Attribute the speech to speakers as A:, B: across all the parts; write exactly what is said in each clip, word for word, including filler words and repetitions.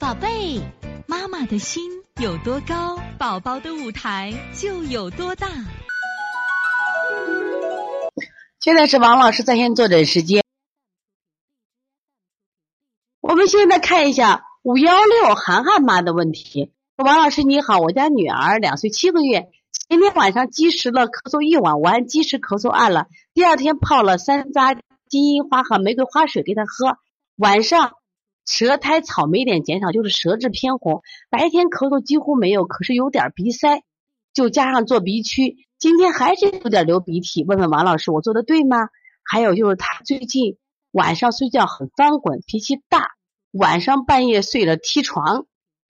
A: 宝贝，妈妈的心有多高，宝宝的舞台就有多大。
B: 现在是王老师在线坐诊时间。我们现在看一下五一六涵涵妈的问题。王老师你好，我家女儿两岁七个月，前天晚上积食了，咳嗽一晚，我按积食咳嗽按了，第二天泡了山楂金银花和玫瑰花水给她喝，晚上舌苔草莓点减少，就是舌质偏红，白天咳嗽几乎没有，可是有点鼻塞，就加上做鼻区，今天还是有点流鼻涕，问问王老师我做的对吗？还有就是她最近晚上睡觉很翻滚，脾气大，晚上半夜睡了踢床，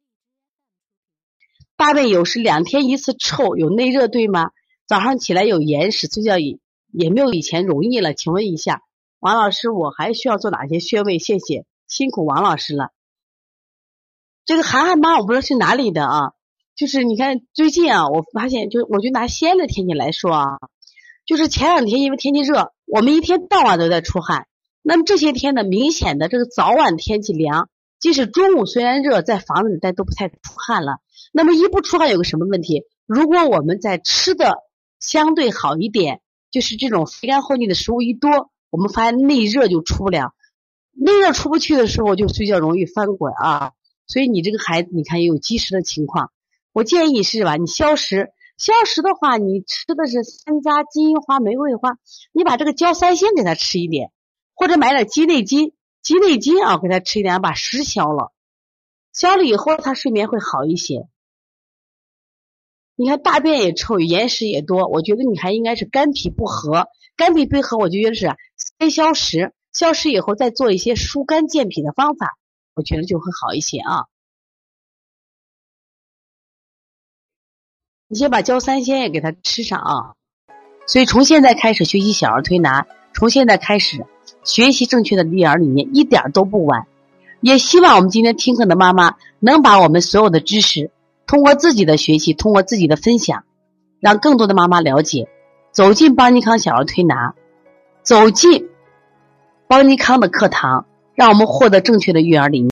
B: 大便有时两天一次臭，有内热对吗？早上起来有眼屎，睡觉也也没有以前容易了，请问一下王老师我还需要做哪些穴位？谢谢，辛苦王老师了。这个涵涵妈我不知道是哪里的啊，就是你看最近啊，我发现就我就拿西安的天气来说啊，就是前两天因为天气热，我们一天到晚都在出汗，那么这些天呢，明显的这个早晚天气凉，即使中午虽然热，在房子里但都不太出汗了。那么一不出汗有个什么问题？如果我们在吃的相对好一点，就是这种肥甘厚腻的食物一多，我们发现内热就出不了，内热出不去的时候就睡觉容易翻滚啊。所以你这个孩子你看也有积食的情况，我建议是吧，你消食，消食的话你吃的是山楂金银花玫瑰花，你把这个焦三仙给他吃一点，或者买点鸡内金，鸡内金啊给他吃一点，把食消了，消了以后他睡眠会好一些。你看大便也臭，眼屎也多，我觉得你还应该是肝脾不和，肝脾不和我就觉得是先消食，消食以后再做一些疏肝健脾的方法，我觉得就会好一些啊。你先把焦三仙也给他吃上啊。所以从现在开始学习小儿推拿，从现在开始学习正确的育儿理念，一点都不晚。也希望我们今天听课的妈妈能把我们所有的知识通过自己的学习，通过自己的分享，让更多的妈妈了解，走进邦尼康小儿推拿，走进邦尼康的课堂，让我们获得正确的育儿理念。